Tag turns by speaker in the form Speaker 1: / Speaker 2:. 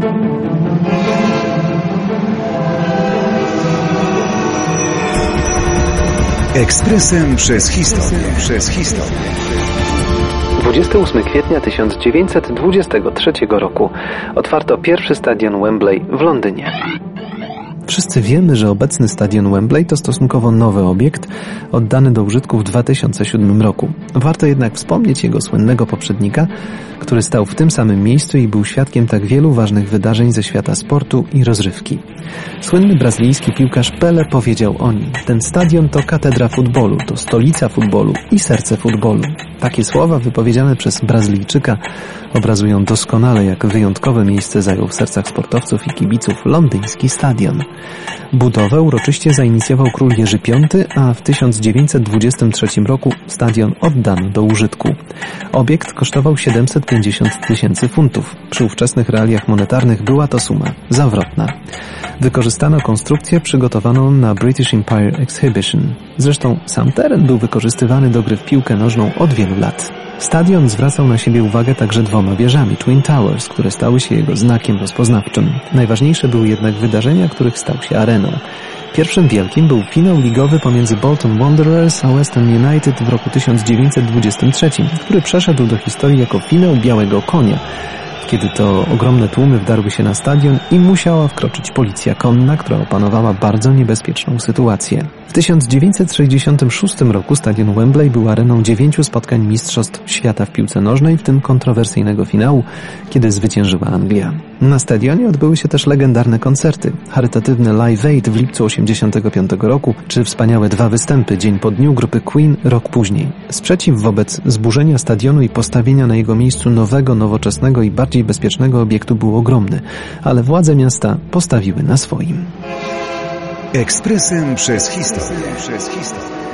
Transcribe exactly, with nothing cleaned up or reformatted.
Speaker 1: Ekspresem przez historię. Przez historię.
Speaker 2: dwudziestego ósmego kwietnia tysiąc dziewięćset dwudziestego trzeciego roku otwarto pierwszy stadion Wembley w Londynie.
Speaker 3: Wszyscy wiemy, że obecny stadion Wembley to stosunkowo nowy obiekt, oddany do użytku w dwa tysiące siódmym roku. Warto jednak wspomnieć jego słynnego poprzednika, który stał w tym samym miejscu i był świadkiem tak wielu ważnych wydarzeń ze świata sportu i rozrywki. Słynny brazylijski piłkarz Pelé powiedział o nim: ten stadion to katedra futbolu, to stolica futbolu i serce futbolu. Takie słowa wypowiedziane przez Brazylijczyka obrazują doskonale, jak wyjątkowe miejsce zajął w sercach sportowców i kibiców londyński stadion. Budowę uroczyście zainicjował król Jerzy Piąty, a w tysiąc dziewięćset dwudziestym trzecim roku stadion oddano do użytku. Obiekt kosztował siedemset pięćdziesiąt tysięcy funtów. Przy ówczesnych realiach monetarnych była to suma zawrotna. Wykorzystano konstrukcję przygotowaną na British Empire Exhibition. Zresztą sam teren był wykorzystywany do gry w piłkę nożną od wielu lat. Stadion zwracał na siebie uwagę także dwoma wieżami, Twin Towers, które stały się jego znakiem rozpoznawczym. Najważniejsze były jednak wydarzenia, których stał się areną. Pierwszym wielkim był finał ligowy pomiędzy Bolton Wanderers a West Ham United w roku tysiąc dziewięćset dwudziestym trzecim, który przeszedł do historii jako finał Białego Konia, kiedy to ogromne tłumy wdarły się na stadion i musiała wkroczyć policja konna, która opanowała bardzo niebezpieczną sytuację. W tysiąc dziewięćset sześćdziesiątym szóstym roku stadion Wembley był areną dziewięciu spotkań Mistrzostw Świata w piłce nożnej, w tym kontrowersyjnego finału, kiedy zwyciężyła Anglia. Na stadionie odbyły się też legendarne koncerty, charytatywne Live Aid w lipcu osiemdziesiątego piątego roku, czy wspaniałe dwa występy dzień po dniu grupy Queen rok później. Sprzeciw wobec zburzenia stadionu i postawienia na jego miejscu nowego, nowoczesnego i bardziej bezpiecznego obiektu był ogromny, ale władze miasta postawiły na swoim.
Speaker 1: Ekspresem przez historię. Przez historię.